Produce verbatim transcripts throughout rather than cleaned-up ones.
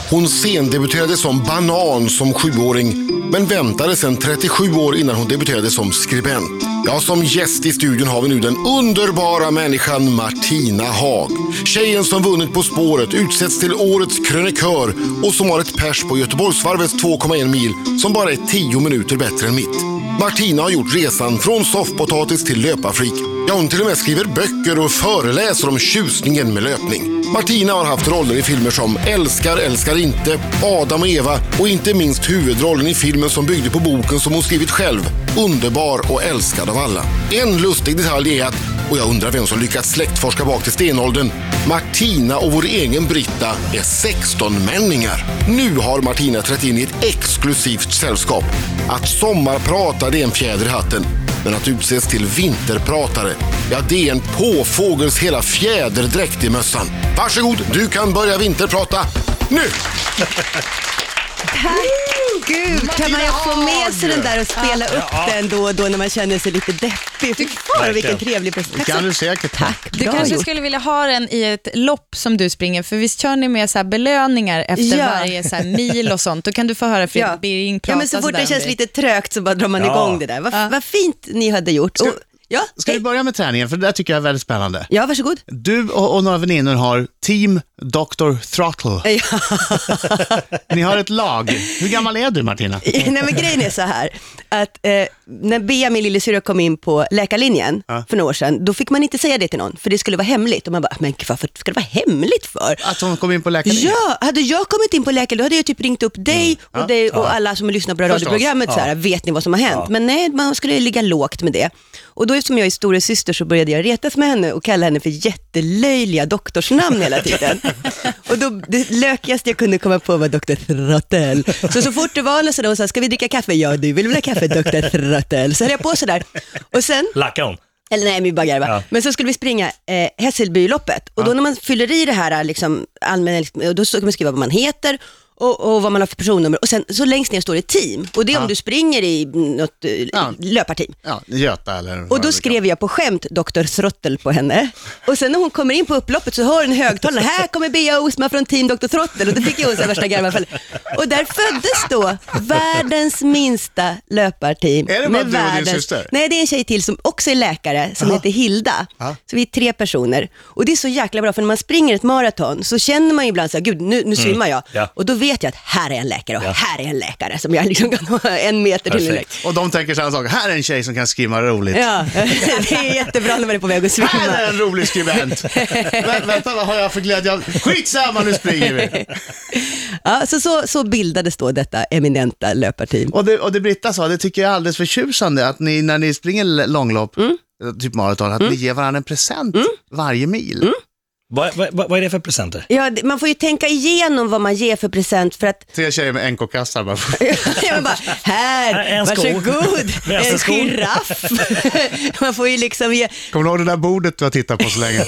Hon sendebuterade som banan som sjuåring, men väntade sedan trettiosju år innan hon debuterade som skribent. Ja, som gäst i studion har vi nu den underbara människan Martina Haag. Tjejen som vunnit På spåret, utsätts till årets krönikör och som har ett pers på Göteborgsvarvets två komma en mil som bara är tio minuter bättre än mitt. Martina har gjort resan från soffpotatis till löparfrik. Ja, hon till och med skriver böcker och föreläser om tjusningen med löpning. Martina har haft roller i filmer som Älskar, älskar inte, Adam och Eva och inte minst huvudrollen i filmen som byggde på boken som hon skrivit själv, Underbar och älskad av alla. En lustig detalj är att, och jag undrar vem som lyckats släktforska bak till stenåldern, Martina och vår egen Britta är sexton-männingar. Nu har Martina trätt in i ett exklusivt sällskap. Att sommarprata, det är en fjäder i hatten. Men att utses till vinterpratare, ja, det är en påfågels hela fjäderdräkt i mössan. Varsågod, du kan börja vinterprata nu! Tack Gud, kan man ju få med sig den där och spela upp ja. den då och då när man känner sig lite deppig. För vilken trevlig presentation. Det kan du säkert. Tack. Du kanske gjort. skulle vilja ha den i ett lopp som du springer, för visst kör ni med så här belöningar efter ja. varje så här mil och sånt. Då kan du få höra Fredrik ja. Birring prata. Ja, men så fort det känns det. lite trögt så bara drar man ja. igång det där. Vad, ja. vad fint ni hade gjort. Ska, och, ja, ska vi börja med träningen? För det där tycker jag är väldigt spännande. Ja, varsågod. Du och, och några väninnor har Team doktor Throttle. Ja. Ni har ett lag. Hur gammal är du, Martina? Nej, men grejen är så här att eh, när Bea, min lillasyrra, kom in på läkarlinjen ja. för några år sedan, då fick man inte säga det till någon, för det skulle vara hemligt. Och man bara, men varför ska det vara hemligt för? Att hon kom in på läkarlinjen? Ja, hade jag kommit in på läkarlinjen, då hade jag typ ringt upp dig mm. ja. och, dig och ja. alla som lyssnar på det radioprogrammet. Ja. Så här, vet ni vad som har hänt? Ja. Men nej, man skulle ligga lågt med det. Och då, eftersom jag är stora syster, så började jag retas med henne och kalla henne för jättelöjliga doktorsnamn hela tiden. Och då, det lökigaste jag kunde komma på var doktor Throttle. Så så fort det var så där, och så, ska vi dricka kaffe? Ja, du vill väl ha kaffe, doktor Throttle. Så höll jag på så där. Och sen... Lacka hon. Eller nej, vi bara garva. Ja. Men så skulle vi springa eh, Hässelbyloppet. Och då när man fyller i det här liksom, allmän, då ska man skriva vad man heter och, och vad man har för personnummer. Och sen så längst ner står det team. Och det är ja. om du springer i något eh, ja. löparteam. Ja, Göta eller... Och då skrev jag på skämt doktor Throttle på henne. Och sen när hon kommer in på upploppet så hör en högtalare, här kommer Bea Osma från team doktor Throttle. Och då fick jag också värsta garva. Och där föddes då världens minsta löparteam. Är det bara du världens... och din syster? Nej, det är en tjej till som också är läkare som Aha. heter Hilda. Aha. Så vi är tre personer. Och det är så jäkla bra, för när man springer ett maraton så känner man ju ibland så här, gud, nu, nu svimmar jag. Mm. Ja. Och då vet jag att här är en läkare och ja. här är en läkare som jag liksom kan ha en meter till. Perfekt. Och de tänker samma sak, här är en tjej som kan skriva roligt. Ja, det är jättebra när man är på väg att svimma. Här är en rolig skribent. Vä- vänta, vad har jag för glädje? Skitsamma, nu springer vi. Ja, så, så, så bildades då detta eminenta löparteam. Och det, och det Britta sa, det tycker jag är alldeles förtjusande, att ni när ni springer långlopp, mm. typ maraton, att mm. ni ger varandra en present mm. varje mil. Mm. Vad, vad, vad är det för presenter? Ja, man får ju tänka igenom vad man ger för present, för att... Tre tjejer med N K-kassar bara. Ja, bara, här, en varsågod, en giraff. Man får ju liksom ge... Kommer du ihåg det där bordet du har tittat på så länge?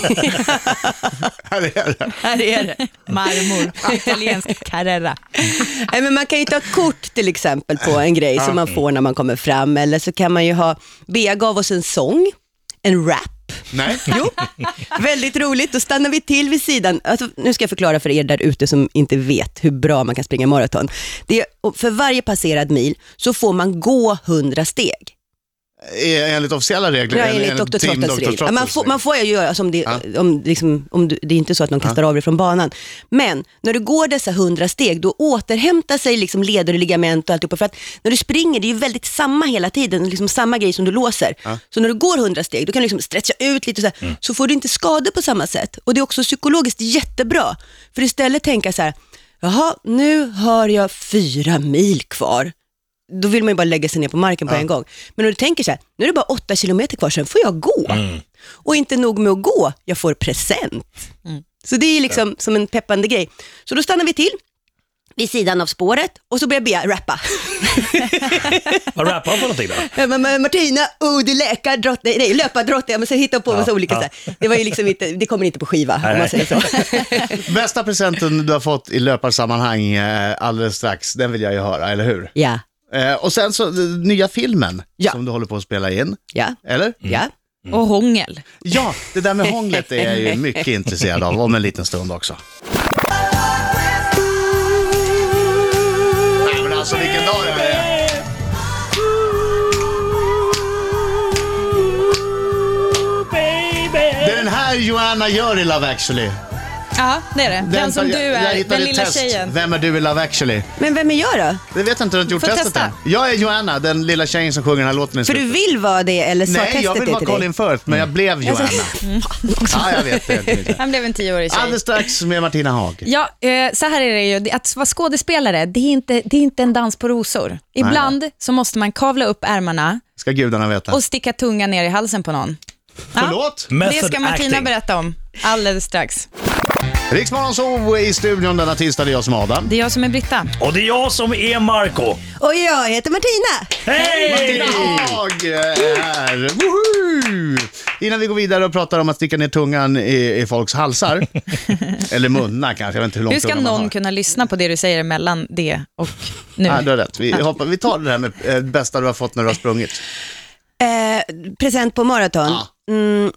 Här är det. Här är det. Marmor, italiensk Carrera. Nej, men man kan ju ta kort till exempel på en grej som man får när man kommer fram. Eller så kan man ju ha... Bea gav oss en sång, en rap. Nej. Jo, väldigt roligt. Då stannar vi till vid sidan. Alltså, nu ska jag förklara för er där ute som inte vet hur bra man kan springa maraton. Det är, för varje passerad mil så får man gå hundra steg. Enligt officiella regler? Ja, enligt doktor Trottels regler. Man får, man får ju göra som det, ja. om, liksom, om du, det är inte så att någon kastar ja. av dig från banan. Men när du går dessa hundra steg, då återhämtar sig liksom leder och ligament och alltihopa. För att när du springer, det är ju väldigt samma hela tiden, liksom samma grej som du låser. Ja. Så när du går hundra steg, då kan du liksom stretcha ut lite så här, mm. så får du inte skador på samma sätt. Och det är också psykologiskt jättebra. För istället tänka så här, jaha, nu har jag fyra mil kvar. Då vill man ju bara lägga sig ner på marken på ja. en gång. Men när du tänker så här, nu är det bara åtta kilometer kvar, sen får jag gå. Mm. Och inte nog med att gå, jag får present. Mm. Så det är liksom ja. som en peppande grej. Så då stannar vi till vid sidan av spåret och så börjar Bea rappa. Vad rappar för någonting då? Martina, oh, det läkar drottning, nej, löpardrottning, men så hittar på ja, massa olika ja. så. Det var ju liksom inte, det kommer inte på skiva nej, om man säger så. Bästa presenten du har fått i löparsammanhang alldeles strax, den vill jag ju höra, eller hur? Ja. Eh, och sen så nya filmen ja. som du håller på att spela in. Ja. Eller? Mm. Ja. Mm. Och hångel. Ja, det där med hånglet är jag ju mycket intresserad av om en liten stund också. Joanna gör i Love Actually. Ja, det är det. Den, den som du är, jag den lilla test. tjejen. Vem är du i Love Actually? Men vem är jag då? Det vet jag inte, du har inte gjort Får testet testa. än. Jag är Joanna, den lilla tjejen som sjunger den här låten i För slutet. du vill vara det, eller sa Nej, testet jag vill det vara till Colin dig? Firth, men jag blev Joanna. Mm. Ja, jag vet det. Han blev en tioårig tjej. Alldeles strax med Martina Haag. Ja, eh, så här är det ju. Att vara skådespelare, det är inte, det är inte en dans på rosor. Ibland Nej. så måste man kavla upp ärmarna Ska gudarna veta. och sticka tungan ner i halsen på någon. Ja, Förlåt? det ska Martina acting. berätta om alldeles strax. Riksmorgon så i studion denna tisdag, det är jag som Adam. Det är jag som är Britta. Och det är jag som är Marco. Och jag heter Martina. Hej! Martina Haag är här. Woho! Innan vi går vidare och pratar om att sticka ner tungan i, i folks halsar. Eller munnar kanske, jag vet inte hur långt Hur ska tungan man någon har. kunna lyssna på det du säger mellan det och nu? Ja, du har rätt. Vi, hoppar, vi tar det här med eh, bästa du har fått när du har sprungit. Eh, present på maraton. Ja. Mm.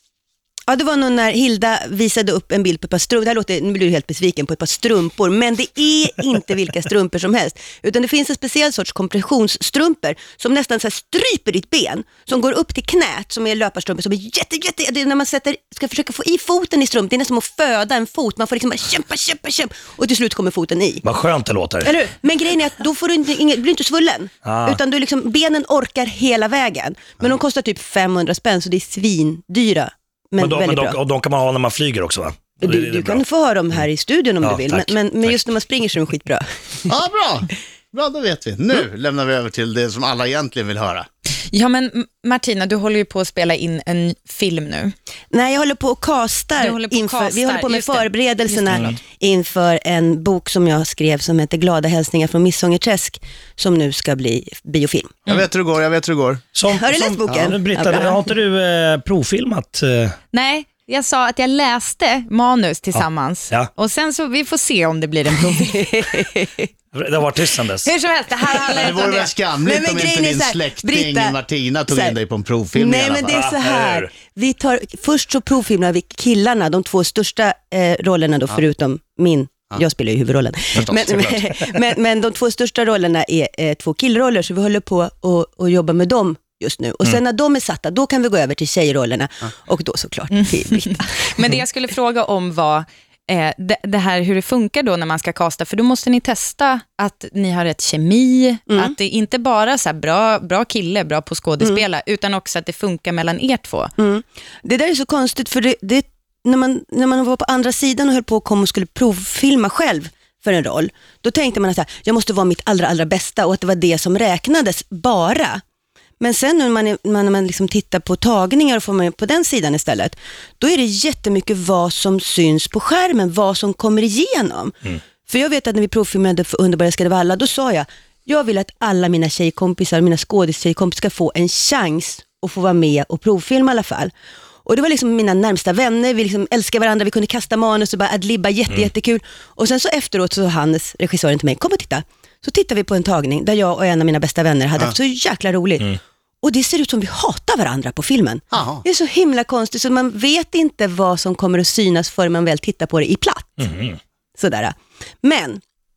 Ja, det var nog när Hilda visade upp en bild på ett par strumpor. Det här låter, nu blir du helt besviken på ett par strumpor. Men det är inte vilka strumpor som helst. Utan det finns en speciell sorts kompressionsstrumpor som nästan så här stryper ditt ben. Som går upp till knät, som är löparstrumpor. Som är jätte, jätte, det är när man sätter, ska försöka få i foten i strumpan. Det är nästan som att föda en fot. Man får liksom bara kämpa, kämpa, kämpa. Och till slut kommer foten i. Vad skönt det låter. Eller hur? Men grejen är att då får du inte, inget, blir du inte svullen. Ah. Utan du liksom, benen orkar hela vägen. Men de kostar typ femhundra spänn, så det är svindyra. Men, Men, de, men väldigt de, bra. och de kan man ha när man flyger också, va? Du, Det- det är du bra. kan få ha dem här i studion om Ja, du vill. tack. Men, men, men Tack. just när man springer så är de skitbra. Ja, bra. Bra, då vet vi. Nu lämnar vi över till det som alla egentligen vill höra. Ja, men M- Martina, du håller ju på att spela in en film nu. Nej, jag håller på och kastar. Du håller på och inför, castar, vi håller på med just det. förberedelserna Just inför en bok som jag skrev som heter Glada hälsningar från Missångerträsk, som nu ska bli biofilm. Jag vet hur det går, jag vet hur det går. Som, Har du läst som- boken? Ja, Britta, Ja, bra. har inte du eh, provfilmat? Eh, Nej, jag sa att jag läste manus tillsammans. Ja. Och sen så, vi får se om det blir en provfilm. det har varit tyst sedan dess. Hur som helst, det här handlar Det inte vore om väl det. skamligt Nej, men om inte grejen är din så här, släkting Britta, Martina tog så här, in dig på en provfilm i Nej, alla men fall. det är så här. hur? Vi tar, först så provfilmar vi killarna, de två största eh, rollerna då, förutom min. Jag spelar ju huvudrollen. Men, men, men, men de två största rollerna är eh, två killroller, så vi håller på och, och jobbar med dem just nu. Och sen när de är satta, då kan vi gå över till tjejrollerna. Och då såklart till Britta. Men det jag skulle fråga om var eh, det, det här hur det funkar då när man ska kasta. För då måste ni testa att ni har rätt kemi. Mm. Att det inte bara så här bra, bra kille, bra på skådespela. Utan också att det funkar mellan er två. Mm. Det där är så konstigt, för det, det, när, man, när man var på andra sidan och höll på att komma och skulle provfilma själv för en roll, då tänkte man att så här, jag måste vara mitt allra, allra bästa, och att det var det som räknades bara. Men sen när man, är, man, när man liksom tittar på tagningar och får man på den sidan istället, då är det jättemycket vad som syns på skärmen, vad som kommer igenom. Mm. För jag vet att när vi provfilmade för Underbara älskade Valla, då sa jag, jag vill att alla mina tjejkompisar, mina skådespelare ska få en chans att få vara med och provfilma i alla fall. Och det var liksom mina närmsta vänner, vi liksom älskar varandra, vi kunde kasta manus och bara adlibba, jätte, mm. jättekul. Och sen så efteråt så Hannes, regissören till mig, kom och titta. Så tittar vi på en tagning där jag och en av mina bästa vänner hade Ja. haft så jäkla roligt. Mm. Och det ser ut som vi hatar varandra på filmen. Aha. Det är så himla konstigt, så man vet inte vad som kommer att synas förrän man väl tittar på det i platt. Mm. Sådär. Men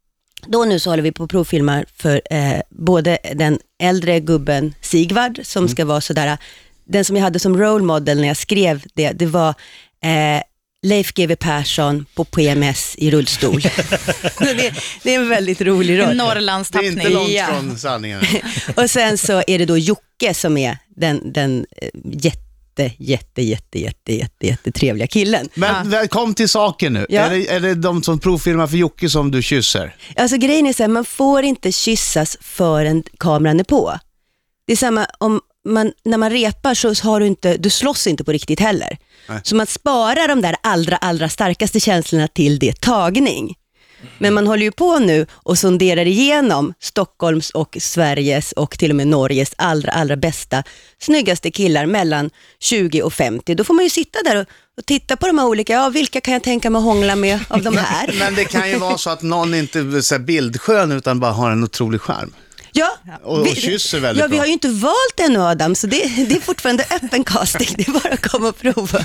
då nu så håller vi på att provfilma för eh, både den äldre gubben Sigvard, som mm. ska vara sådär, den som jag hade som role model när jag skrev det, det var eh, Leif G W Persson på P M S i rullstol. det, det är en väldigt rolig roll. En Norrlandstappning. Det är inte långt Ja. från sanningen. Och sen så är det då Jocke som är den, den eh, jätte, jätte, jätte, jätte, jätte, jätte trevliga killen. Men ja. Kom till saken nu. Ja. Är, det, är det de som provfilmar för Jocke som du kysser? Alltså grejen är så här, man får inte kyssas förrän kameran är på. Det är samma om man, när man repar så har du inte, du slåss inte på riktigt heller. Nej. Så man sparar de där allra, allra starkaste känslorna till det tagning. Men man håller ju på nu och sonderar igenom Stockholms och Sveriges och till och med Norges allra, allra bästa, snyggaste killar mellan tjugo och femtio. Då får man ju sitta där och, och titta på de här olika, ja, vilka kan jag tänka mig att hångla med av de här? Men det kan ju vara så att någon inte är så här bildskön utan bara har en otrolig charm. Ja, Och, och vi, kysser väldigt ja, vi bra. har ju inte valt ännu, Adam, så det, det är fortfarande öppen casting. Det är bara att komma och prova.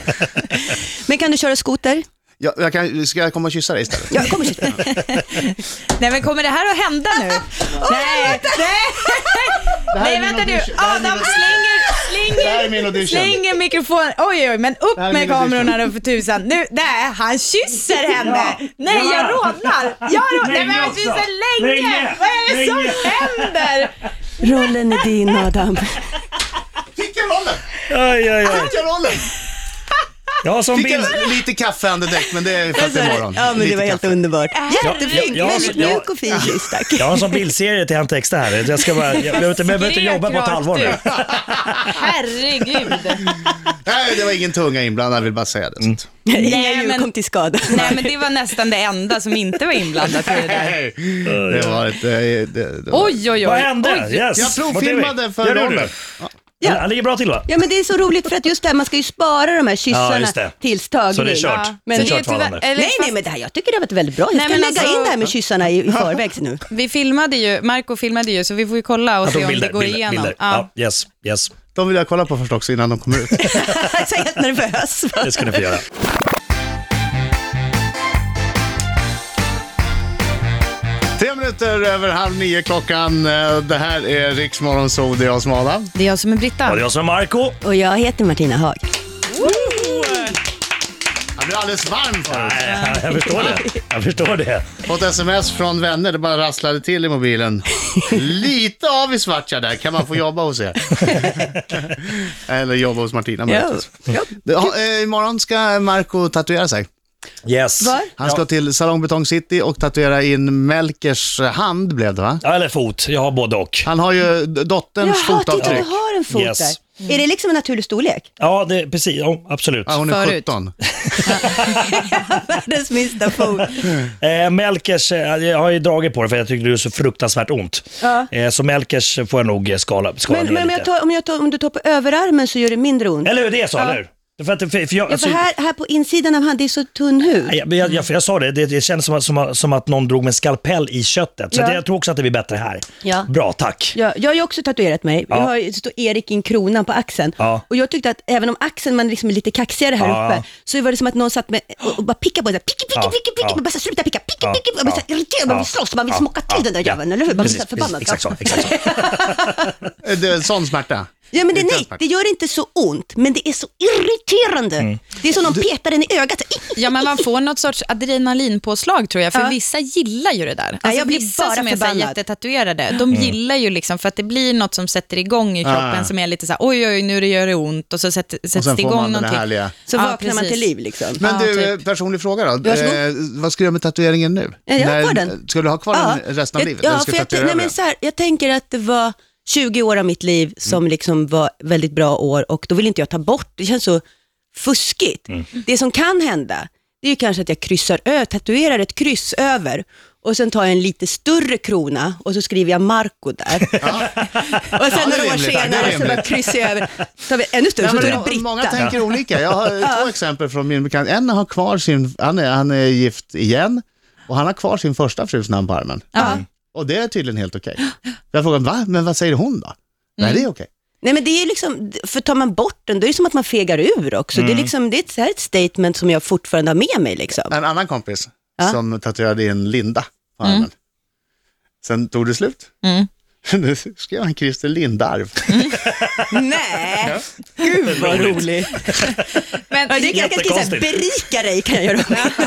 Men kan du köra skoter? Ja, jag kan, ska jag komma och kyssa dig istället? Ja, kom och kyssa. Nej, men kommer det här att hända nu? Oh, nej, nej. Det här Nej, är vänta mina nu. dusch- det här är Adam mina- slänger, Släng, släng en mikrofon. Oj, oj, men upp med kamerorna då för tusan. Nu, där, han kysser henne. Ja. Nej, ja. jag rodnar. Jag rodnar. Nej, men han kysser länge. länge. Vad är det länge. som händer? Rollen är din, Adam. Fick jag rollen? Aj, aj, aj. Fick jag rollen? Ja, som Fick bild... lite kaffe andedräkt, men det är för att imorgon. Ja, men lite det var helt kaffe. underbart. Jättefint, ja, väldigt ja, mjuk och fin kyss, tack. Jag har en sån bildserie till Hänt Extra här. Jag ska bara, jag behöver inte, behöver inte jobba på ett halvår nu. Herregud. Nej, det var ingen tunga inblandad, jag vill bara säga det. Mm. Inga djur kom till skada. Nej, men det var nästan det enda som inte var inblandat i det där. Det var ett... Det, det, det var... Oj, oj, oj. Vad hände? Yes. Jag provfilmade för rollen. Ja. Han ligger bra till, va? Ja, men det är så roligt för att just det här, man ska ju spara de här kyssarna ja, tills tagning. Så det är kört. Ja. Men det är det är kört tyvärr, eller, nej, nej, men det här, jag tycker det har varit väldigt bra. Jag ska nej, lägga alltså, in det här med kyssarna i, i förväg nu. Vi filmade ju, Marco filmade ju, så vi får ju kolla och se om bilder, det går bilder, igenom. Bilder. Ja. Ja, yes, yes. De vill jag kolla på först också innan de kommer ut. Jag är så helt nervös. Det ska ni få göra. Tre minuter över halv nio klockan. Det här är Riks Morgonzoo. Det är jag som är Adam. Det är jag som är Britta. Ja, det är jag som är Marco. Och jag heter Martina Haag. Jag blir alldeles varm för det. Nej, jag förstår det. Jag förstår det. Fått sms från vänner, det bara rasslade till i mobilen. Lite av i Svartja där, kan man få jobba hos er? Eller jobba hos Martina. Ja. Ja. Ja, eh, imorgon ska Marco tatuera sig. Yes. Var? Han ska ja. till Salong Betong City och tatuera in Melkers hand, blev det, va? Ja, eller fot. Jag har både och. Han har ju dotterns Jaha, titta, fotavtryck. du har en fot Yes. där. Mm. Är det liksom en naturlig storlek? Ja, det, precis. Ja, absolut. Ja, hon är Förut. sjutton. Världens minsta fot. Eh, Melkers, eh, jag har ju dragit på det för jag tycker det är så fruktansvärt ont. Ja. Eh, så Melkers får jag nog skala, skala Men, ner men om, lite. jag tar, om, jag tar, om du tar på överarmen så gör det mindre ont. Eller hur, det är så, Ja. eller hur? För att, för, för jag, Ja, alltså, för här, här på insidan av hand, det är så tunn hud. jag, jag, jag, för jag sa det, det, det känns som att, som, att, som att någon drog med skalpell i köttet. Så Ja. det, jag tror också att det blir bättre här. Ja. Bra, tack. Ja, jag har ju också tatuerat mig. Ja. Jag har, det står Erik i en krona på axeln. Ja. Och jag tyckte att även om axeln man liksom är lite kaxigare här Ja. uppe, så var det som att någon satt med och, och bara picka på det. Picka, picka, Ja. picka, picka. Ja. Man bara så, sluta picka, picka, Ja. picka. Man blir så Ja. irriterad, man vill Ja. slåss, man vill Ja. smocka till Ja. den där Ja. jäveln, eller hur? Man blir Precis, så förbannad. precis, exakt så, exakt så. Det är en sån smärta. Ja, men det, Utan nej, smärta. det gör inte så ont, men det är så irriterande. Mm. Det är som någon petar den i ögat. Ja, men man får något sorts adrenalinpåslag tror jag, för Ja. vissa gillar ju det där. Alltså, jag blir vissa bara som är så här förbannad. jättetatuerade, de gillar ju liksom för att det blir något som sätter igång i kroppen Ah. som är lite så här, oj, oj, nu det gör det ont och så sätter, sätts Och sen det får igång man den någonting. härliga. Så Ja, vaknar man precis. till liv liksom. Men Ja, du, typ. personlig fråga då. Varsågod. Eh, vad ska du göra med tatueringen nu? Ja, jag har kvar den. Ska du ha kvar den resten av jag, livet? Ja, Eller ska för du jag, tatuera nej, över men den? så här, jag tänker att det var tjugo år av mitt liv som liksom var väldigt bra år och då vill inte jag ta bort, det känns så fuskigt. Mm. Det som kan hända, det är ju kanske att jag kryssar ö, tatuerar ett kryss över och sen tar jag en lite större krona och så skriver jag Marco där. Och sen Ja, det är några år rimligt, det är senare så rimligt. bara kryssar jag över, tar vi ännu större, Ja, så men tar det må- Britta. många tänker olika. Jag har två exempel från min bekant. En har kvar sin, han är, han är gift igen och han har kvar sin första frus namn på armen. Ja. Och det är tydligen helt okej. Jag frågar, va? Men vad säger hon då? Nej, det är okej. Nej, men det är liksom, för tar man bort den, då är det som att man fegar ur också. Mm. Det är liksom, det är ett, så här ett statement som jag fortfarande har med mig liksom. En annan kompis Ja. som tatuerade in Linda på armen. Sen tog det slut. Mm. Nu skrev han Christer Lindarv. Nej, gud vad roligt. Men, Ja, det kan jag kanske säga, Jättekonstigt. berika dig kan jag göra.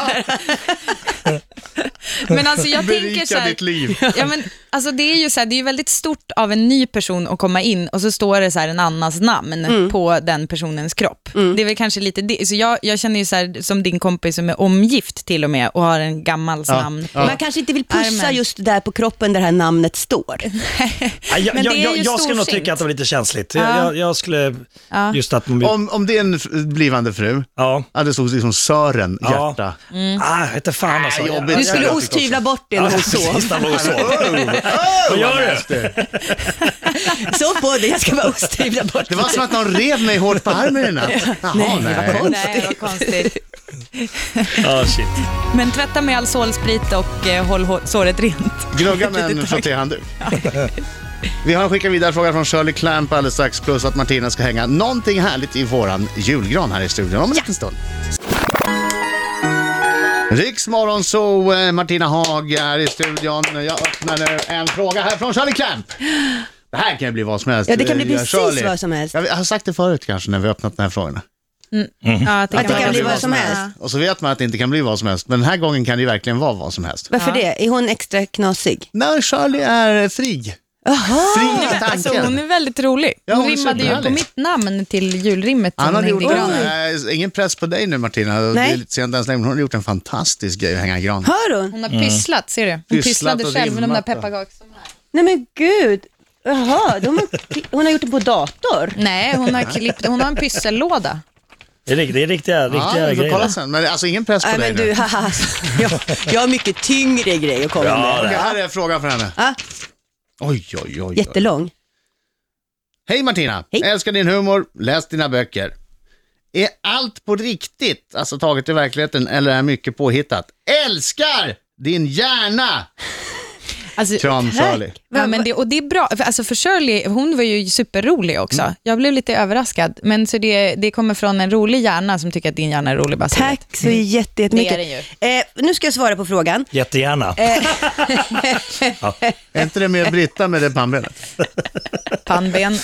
men alltså jag tänker så Berika här, ditt liv. ja, men, alltså det är ju så här, det är ju väldigt stort av en ny person att komma in och så står det så här en annans namn på den personens kropp. Det är väl kanske lite det. Så jag, jag känner ju så här, som din kompis som är omgift till och med och har en gammals Ja. namn. Ja. Man kanske inte vill pussa Armen. just där på kroppen där det här namnet står. Ja, jag, Men det jag, är jag, ju jag skulle nog storsint. tycka att det var lite känsligt. Jag, Ja. jag, jag skulle Ja. just att... Om, om det är en f- blivande fru, Ja. ja, det stod liksom Sören, Ja. hjärta. Ah, jag vet fan alltså. Ah, jobbigt. Du Ja, skulle jag tycker osthyvla bort det när Ja, hon sov. precis, när hon låg och sov. Vad gör du? Sov på det, jag ska bara osthyvla bort Det var som att någon rev mig hårt på armen i natt. Jaha, Nej, nej. vad Nej, vad konstigt. Ja, shit. Men tvätta med all solsprit och eh, håll hå- såret rent. Gnugga med en frottéhandduk. Vi har en skickat vidare fråga från Shirley Clamp alldeles strax, plus att Martina ska hänga någonting härligt i våran julgran här i studion om en liten stund. Riksmorgon så Martina Haag är i studion. Jag öppnar nu en fråga här från Shirley Clamp. Det här kan ju bli vad som helst. Ja, det kan bli Jag precis Shirley. vad som helst. Jag har sagt det förut kanske när vi har öppnat den här frågorna. Mm. Mm. Ja, att det Att kan, det kan bli vad som helst. Och så vet man att det inte kan bli vad som helst. Men den här gången kan det ju verkligen vara vad som helst. Varför Ja. det? Är hon extra knasig? Nej, Shirley är fri. Jaha. Fri i Nej, men, alltså, hon tanken. är väldigt rolig. Ja, Hon hon är rimmade ju superhärlig. på mitt namn till julrimmet. som Han hade hon gjort hängde i en, granen. äh, ingen press på dig nu Martina. Det Nej. är lite sent än så länge, men hon har gjort en fantastisk grej att hänga i gran. Hör hon? Hon har pysslat, ser du? Hon Pysslat pysslade och själv med de där rimmat och- pepparkakorna. Nej men gud. Jaha, de har, hon har gjort det på dator. Nej, hon har klippt, hon har en pyssellåda. Det är, rikt- det är riktiga, riktiga Ja, vi får grejer. kolla sen. Men alltså ingen press på Nej dig men nu. du, haha. Jag, jag har mycket tyngre grejer att komma Ja, med. Okej, här är frågan för henne. Ja, Oj, oj, oj. oj. jättelång. Hej Martina, Hej. jag älskar din humor, läs dina böcker. Är allt på riktigt, alltså taget i verkligheten, eller är mycket påhittat? Älskar din hjärna! Alltså, Kram Shirley. ja, men det, och det är bra, för, alltså för Shirley, hon var ju superrolig också. Mm. Jag blev lite överraskad, men så det, det kommer från en rolig hjärna som tycker att din hjärna är rolig. Bara så vet. Tack så jätte- jättemycket. Det är den Eh, nu ska jag svara på frågan. Jättegärna. Är inte det med Britta med det pannbenet? Pannben.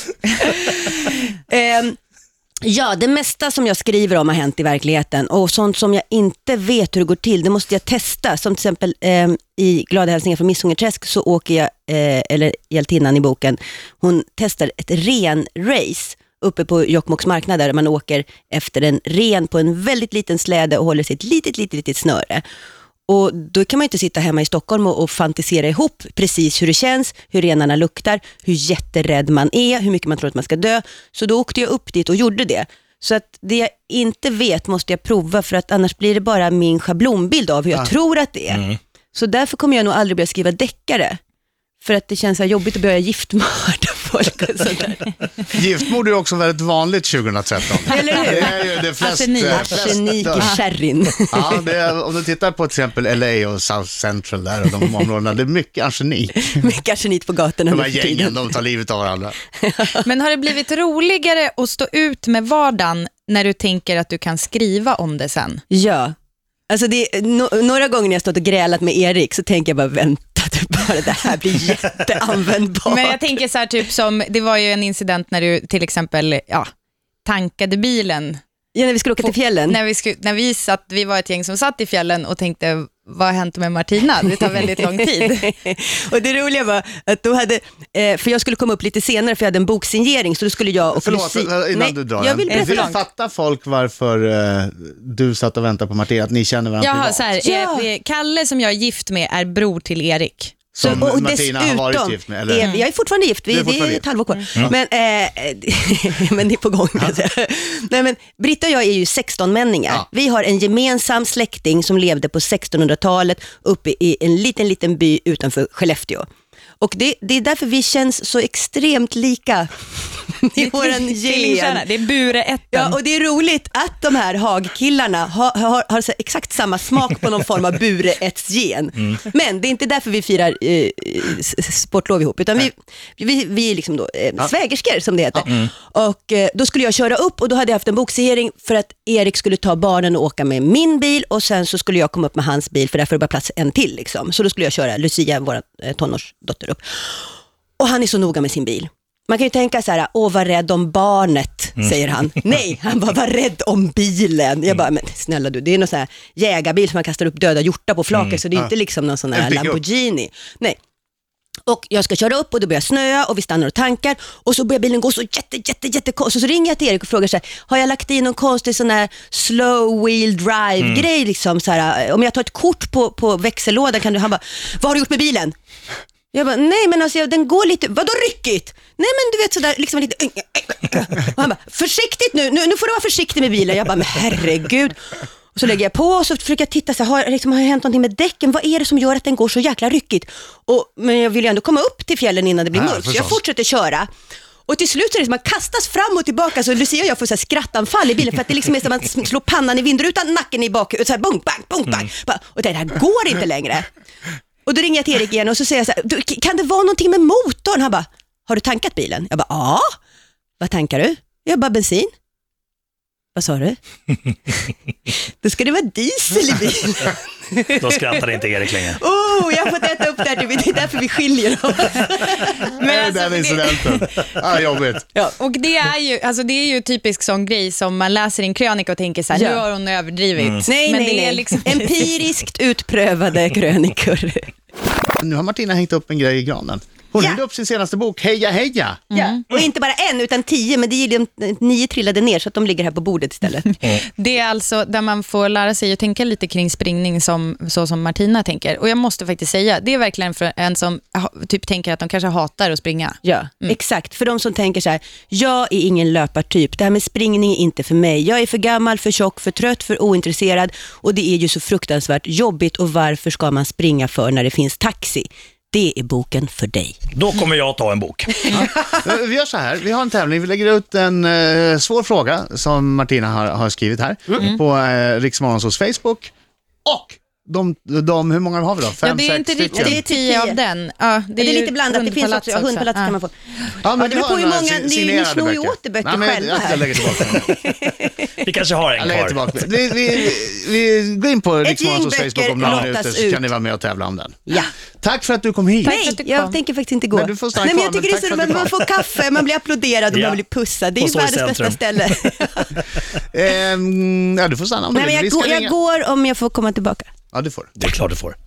Ehm, ja, det mesta som jag skriver om har hänt i verkligheten och sånt som jag inte vet hur det går till, det måste jag testa. Som till exempel ehm, i Glada hälsningar från Missungerträsk så åker jag, eh, eller hjältinnan i boken, hon testar ett ren-race uppe på Jokkmokks marknad där man åker efter en ren på en väldigt liten släde och håller sig ett litet, litet, litet snöre. Och då kan man inte sitta hemma i Stockholm och, och fantisera ihop precis hur det känns, hur renarna luktar, hur jätterädd man är, hur mycket man tror att man ska dö. Så då åkte jag upp dit och gjorde det. Så att det jag inte vet måste jag prova, för att annars blir det bara min schablonbild av hur jag Ah. tror att det är. Mm. Så därför kommer jag nog aldrig börja skriva deckare. För att det känns så här jobbigt att börja giftmörda folk och sådär. Giftmord är ju också väldigt vanligt tjugohundratretton. Eller hur? Det är ju det flest, Arsenik. eh, flest Arsenik dör. i sherryn. Ja, det är, om du tittar på till exempel L A och South Central där och de områdena, det är mycket arsenik. Mycket arsenik på gatorna De nu här för gängen, tiden. de tar livet av varandra. Men har det blivit roligare att stå ut med vardagen när du tänker att du kan skriva om det sen? Ja, alltså det är, no, några gånger när jag stått och grälat med Erik så tänker jag bara vänta du bara, det här blir jätteanvändbart. Men jag tänker så här, typ som, det var ju en incident när du till exempel, ja, tankade bilen. Ja, när vi skulle åka till fjällen. När vi, sku, när vi satt, vi var ett gäng som satt i fjällen och tänkte, vad har hänt med Martina? Det tar väldigt lång tid. Och det roliga var att då hade, eh, för jag skulle komma upp lite senare för jag hade en boksignering, så då skulle jag och Förlåt, Lucy- innan Nej, du drar jag vill den. berätta. Vill fatta folk varför eh, du satt och väntade på Martina, att ni känner varandra Jaha, privat? så här, Ja. eh, Kalle som jag är gift med är bror till Erik. Som och, och Martina har varit gift med, eller? Är, jag är fortfarande gift, vi, Du är det är fortfarande ett halvår kvar. Men, eh, men det är på gång. Kan jag säga. Nej, men Britta och jag är ju sexton-männingar. Ja. Vi har en gemensam släkting som levde på sextonhundratalet uppe i en liten, liten by utanför Skellefteå. Och det, det är därför vi känns så extremt lika i våran gen. Det är bureätten. Ja, och det är roligt att de här Hagkillarna har, har, har så exakt samma smak på någon form av bureättsgen. Mm. Men det är inte därför vi firar eh, s- sportlov ihop, utan vi, vi, vi är liksom då, eh, Ja. svägerskor som det heter. Mm. Och eh, då skulle jag köra upp och då hade jag haft en boksignering för att Erik skulle ta barnen och åka med min bil och sen så skulle jag komma upp med hans bil för därför var det bara plats en till. Liksom. Så då skulle jag köra Lucia, vår eh, tonårsdotter, upp. Och han är så noga med sin bil. Man kan ju tänka så här, åh var rädd om barnet, Mm. säger han. Nej, han bara, var rädd om bilen. Jag bara, men snälla du, det är någon sån här jägarbil som man kastar upp döda hjortar på flaket, Mm. så det är Ja. inte liksom någon sån En här pickup. Lamborghini. Nej. Och jag ska köra upp och det börjar snöa och vi stannar och tankar och så börjar bilen gå så jätte, jätte, jätte konstigt. Så ringer jag till Erik och frågar så här, har jag lagt in någon konstig sån här slow wheel drive Mm. grej liksom så här, om jag tar ett kort på, på växellådan kan du, han bara, vad har du gjort med bilen? Jag bara, nej men alltså den går lite, vadå ryckigt? Nej men du vet sådär, liksom lite, och han bara, försiktigt nu, nu, nu får du vara försiktig med bilen. Jag bara, men herregud. Och så lägger jag på och så försöker jag titta så här, har, liksom, har det hänt någonting med däcken? Vad är det som gör att den går så jäkla ryckigt? Och, men jag vill ju ändå komma upp till fjällen innan det blir Ja, mörkt, så jag förstås. fortsätter köra. Och till slut så är det som att man kastas fram och tillbaka, så Lucia och jag får så här skrattanfall i bilen för att det liksom är som att man slår pannan i vindrutan, nacken i bak, och så här bong, bang, bong, bang. Bara, och det här går inte längre. Och då ringer jag till Erik igen och så säger jag så här, du, kan det vara någonting med motorn? Han bara, har du tankat bilen? Jag bara, ja. Vad tankar du? Jag bara, bensin. Vad sa du? Då ska det vara diesel i bilen. Då skrattar inte Erik längre. Oh, jag har fått äta upp där. Det är därför vi skiljer oss. Men alltså, den incidenten. Ah, jobbigt. Ja. Och det är ju, alltså det är ju typisk sån grej som man läser i en krönika och tänker så här, Ja. nu har hon överdrivit. Mm. Nej, Men nej, det är nej. liksom Empiriskt utprövade krönikor. Nu har Martina hängt upp en grej i granen. Hon Ja. hängde upp sin senaste bok, Heja Heja. Ja. Och inte bara en, utan tio. Men det är de, nio trillade ner så att de ligger här på bordet istället. Det är alltså där man får lära sig att tänka lite kring springning som, så som Martina tänker. Och jag måste faktiskt säga, det är verkligen för en som ha, typ tänker att de kanske hatar att springa. Ja, exakt. För de som tänker så här, jag är ingen löpartyp. Det här med springning är inte för mig. Jag är för gammal, för tjock, för trött, för ointresserad. Och det är ju så fruktansvärt jobbigt. Och varför ska man springa för när det finns taxi? Det är boken för dig. Då kommer jag ta en bok. Ja. Vi gör så här, vi har en tävling. Vi lägger ut en eh, svår fråga som Martina har, har skrivit här Mm. på eh, Riksmorgonsols Facebook. Och de, de, hur många har vi då? Fem, Ja, det är sex inte stycken. riktigt Det är tio tio. av den. Ja, Det är, ju lite blandat. Det finns också, ja, hundpalats kan man få. Ja, Ja, det vi beror har på hur några många, sin- ni, ni signerade snor ju böcker. åt böcker Nej, men själva jag, här. jag lägger tillbaka den. Vi kanske har en Jag lägger kvar. tillbaka den. Vi, vi, vi går in på Riksmorgonsols gäng Facebook om några böcker minuter lottas så kan ut. ni vara med och tävla om den. Ja. Tack för att du kom hit. för att Nej, du jag kom. tänker faktiskt inte gå. Men du får stanna Nej, men kvar, jag tycker men det är tack så för att man, du man får kaffe, man blir applåderad och Ja. man blir pussad. Det är Får ju stå i världens bästa centrum. ställe. Ehm, ja, du får stanna om du Nej, men vill. Vi jag, ska går, jag ringa. går om jag får komma tillbaka. Ja, du får. Det är klart du får.